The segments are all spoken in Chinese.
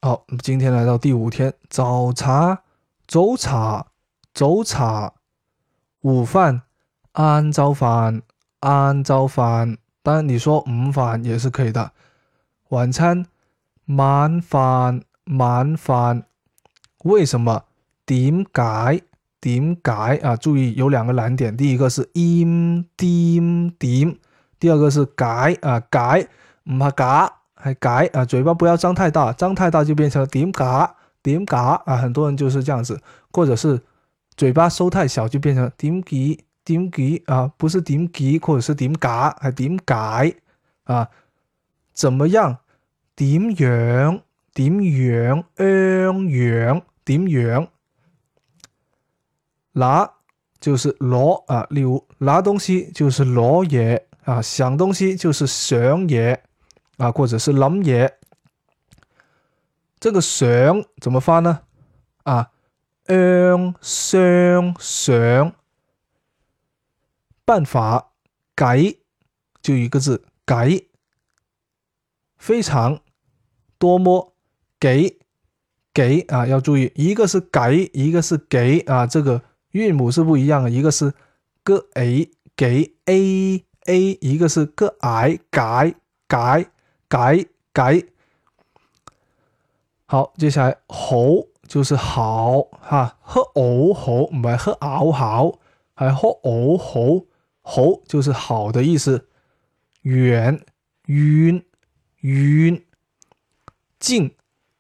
好，那么今天来到第5天，早茶、早茶、早茶，午饭、晏晝飯、晏晝飯，當然你說午飯也是可以的。晚餐、晚飯、晚飯，為什麼？點解？點解啊？注意有兩個難點，第一個是點，第二個是解啊，解唔係假。還改啊，嘴巴不要張太大，張太大就變成點解啊，很多人就是這樣子，或者是嘴巴收太小就變成點幾啊，不是點幾或者是點假，係點解啊？怎麼樣？點樣？點樣？拿就是攞啊，例如拿東西就是攞嘢啊，想東西就是想嘢。啊，或者是諗嘢，這個想怎麼翻呢？啊，想，辦法計就一個字計，非常多麼幾啊，要注意，一個是計，一個是幾啊，這個韻母是不一樣的，一個是個 a 幾 a， 一個是個 i 改，好，接下來好就是好哈，喝熬好唔係喝熬好，係喝熬好就是好的意思。遠，近，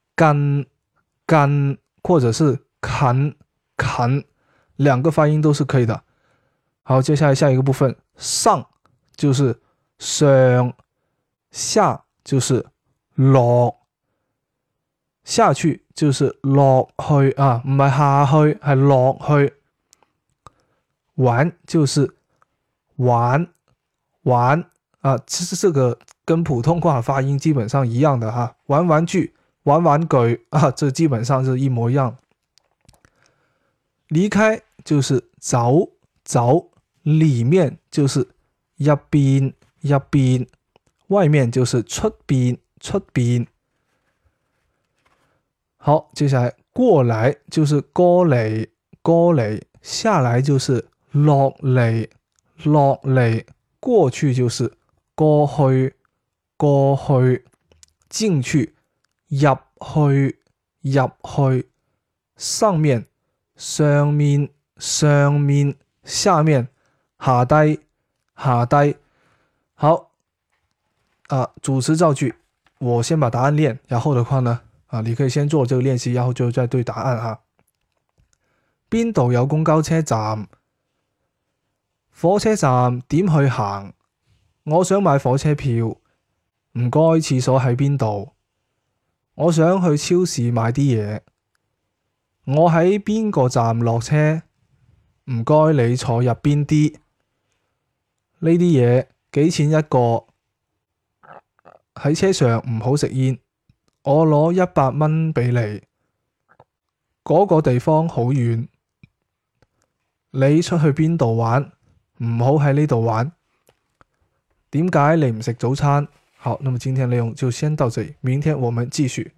或者是近，兩個發音都是可以的。好，接下來下一個部分，上就是上，下就是落，下去就是落去啊，唔係下去，係落去。玩就是玩啊，其實這個跟普通話發音基本上一樣的哈，玩玩具啊，這基本上是一模一樣。離開就是走，裏面就是入邊，外面就是出邊。好，接下來過來就是過嚟，下來就是落嚟，過去就是過去，進去入去，上面，下面，下低。好啊，主詞造句，我先把答案練，然後的話呢，你可以先做這個練習，然後就再對答案哈。邊度有公交車站？火車站點去行？我想買火車票。唔該，廁所喺邊度？我想去超市買啲嘢。我喺邊個站落車？唔該，你坐入邊啲？呢啲嘢幾錢一個？喺車上唔好食煙，我攞100蚊俾你。嗰個地方好遠，你出去邊度玩？唔好喺呢度玩。點解你唔食早餐？好，那麼今天內容就先到這裡，明天我們繼續。